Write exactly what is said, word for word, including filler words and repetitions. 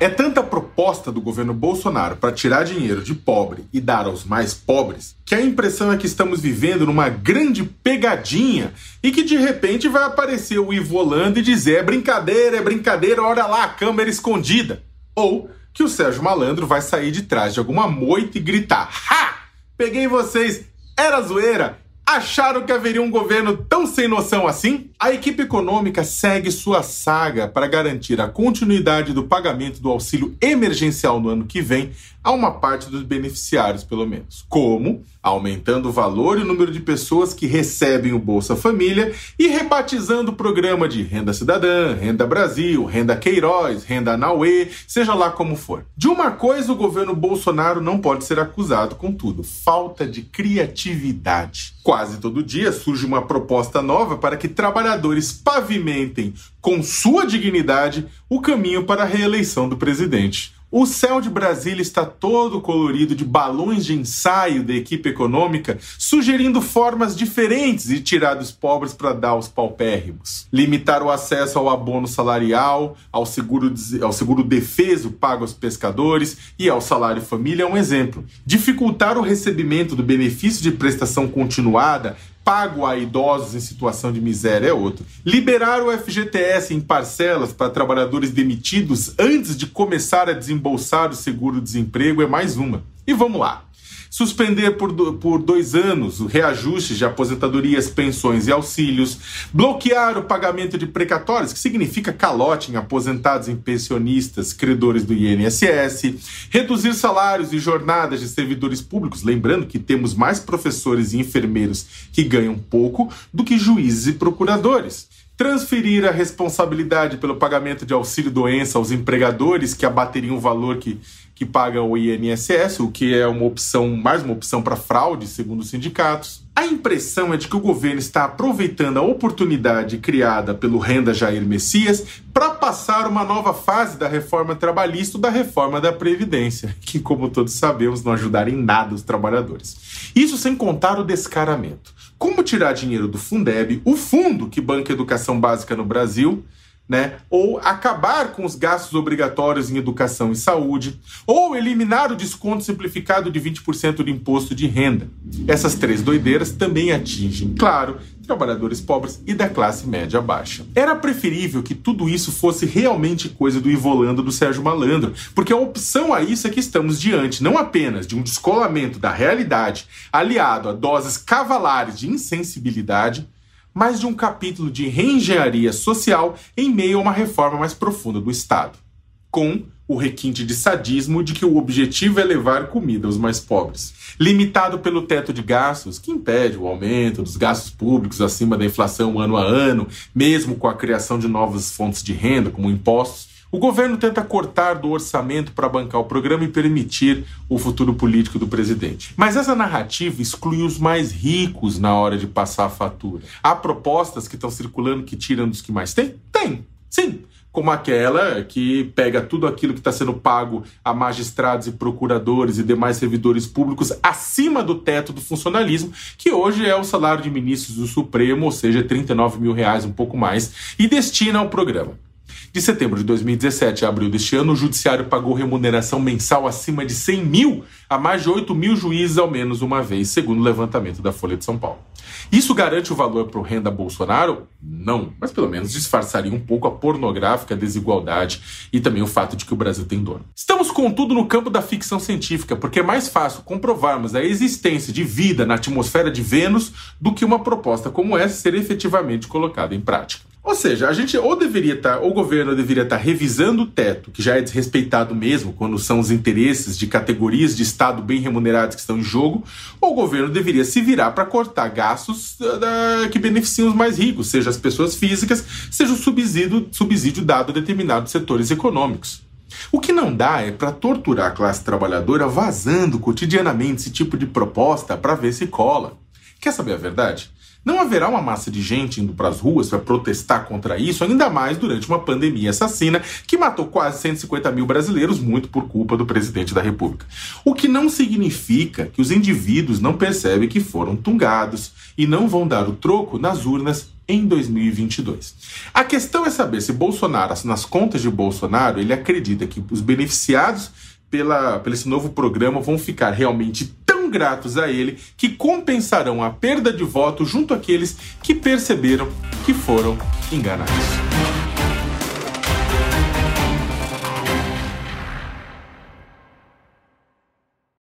É tanta proposta do governo Bolsonaro para tirar dinheiro de pobre e dar aos mais pobres que a impressão é que estamos vivendo numa grande pegadinha e que de repente vai aparecer o Ivo Holanda e dizer é brincadeira, é brincadeira, olha lá a câmera escondida. Ou que o Sérgio Malandro vai sair de trás de alguma moita e gritar ha! Peguei vocês, era zoeira! Acharam que haveria um governo tão sem noção assim? A equipe econômica segue sua saga para garantir a continuidade do pagamento do auxílio emergencial no ano que vem a uma parte dos beneficiários, pelo menos. Como? Aumentando o valor e o número de pessoas que recebem o Bolsa Família e rebatizando o programa de Renda Cidadã, Renda Brasil, Renda Queiroz, Renda Nauê, seja lá como for. De uma coisa o governo Bolsonaro não pode ser acusado, contudo, falta de criatividade. Quase todo dia surge uma proposta nova para que trabalhadores pavimentem com sua dignidade o caminho para a reeleição do presidente. O céu de Brasília está todo colorido de balões de ensaio da equipe econômica, sugerindo formas diferentes de tirar dos pobres para dar aos paupérrimos. Limitar o acesso ao abono salarial, ao seguro, ao seguro defeso pago aos pescadores e ao salário família é um exemplo. Dificultar o recebimento do benefício de prestação continuada pago a idosos em situação de miséria é outro. Liberar o F G T S em parcelas para trabalhadores demitidos antes de começar a desembolsar o seguro-desemprego é mais uma. E vamos lá. Suspender por, do, por dois anos o reajuste de aposentadorias, pensões e auxílios, bloquear o pagamento de precatórios, que significa calote em aposentados e pensionistas, credores do I N S S, reduzir salários e jornadas de servidores públicos, lembrando que temos mais professores e enfermeiros que ganham pouco do que juízes e procuradores. Transferir a responsabilidade pelo pagamento de auxílio-doença aos empregadores que abateriam o valor que, que pagam o I N S S, o que é uma opção, mais uma opção para fraude, segundo os sindicatos. A impressão é de que o governo está aproveitando a oportunidade criada pelo Renda Jair Messias para passar uma nova fase da reforma trabalhista ou da reforma da Previdência, que, como todos sabemos, não ajudará em nada os trabalhadores. Isso sem contar o descaramento. Como tirar dinheiro do Fundeb, o fundo que banca a educação básica no Brasil, né? Ou acabar com os gastos obrigatórios em educação e saúde, ou eliminar o desconto simplificado de vinte por cento do imposto de renda. Essas três doideiras também atingem, claro, trabalhadores pobres e da classe média baixa. Era preferível que tudo isso fosse realmente coisa do Ivo Holanda do Sérgio Malandro, porque a opção a isso é que estamos diante não apenas de um descolamento da realidade aliado a doses cavalares de insensibilidade, mas de um capítulo de reengenharia social em meio a uma reforma mais profunda do Estado, com o requinte de sadismo de que o objetivo é levar comida aos mais pobres. Limitado pelo teto de gastos, que impede o aumento dos gastos públicos acima da inflação ano a ano, mesmo com a criação de novas fontes de renda, como impostos, o governo tenta cortar do orçamento para bancar o programa e permitir o futuro político do presidente. Mas essa narrativa exclui os mais ricos na hora de passar a fatura. Há propostas que estão circulando que tiram dos que mais têm? Tem, sim. Como aquela que pega tudo aquilo que está sendo pago a magistrados e procuradores e demais servidores públicos acima do teto do funcionalismo, que hoje é o salário de ministros do Supremo, ou seja, trinta e nove mil reais, um pouco mais, e destina ao programa. De setembro de dois mil e dezessete a abril deste ano, o judiciário pagou remuneração mensal acima de cem mil a mais de oito mil juízes ao menos uma vez, segundo o levantamento da Folha de São Paulo. Isso garante o valor para o Renda Bolsonaro? Não, mas pelo menos disfarçaria um pouco a pornográfica desigualdade e também o fato de que o Brasil tem dono. Estamos, contudo, no campo da ficção científica, porque é mais fácil comprovarmos a existência de vida na atmosfera de Vênus do que uma proposta como essa ser efetivamente colocada em prática. Ou seja, a gente ou deveria estar, ou o governo deveria estar revisando o teto, que já é desrespeitado mesmo quando são os interesses de categorias de Estado bem remunerados que estão em jogo, ou o governo deveria se virar para cortar gastos uh, que beneficiam os mais ricos, seja as pessoas físicas, seja o subsídio, subsídio dado a determinados setores econômicos. O que não dá é para torturar a classe trabalhadora vazando cotidianamente esse tipo de proposta para ver se cola. Quer saber a verdade? Não haverá uma massa de gente indo para as ruas para protestar contra isso, ainda mais durante uma pandemia assassina que matou quase cento e cinquenta mil brasileiros, muito por culpa do presidente da República. O que não significa que os indivíduos não percebem que foram tungados e não vão dar o troco nas urnas em dois mil e vinte e dois. A questão é saber se Bolsonaro, nas contas de Bolsonaro, ele acredita que os beneficiados pela, pelo esse novo programa vão ficar realmente tão gratos a ele que compensarão a perda de voto junto àqueles que perceberam que foram enganados.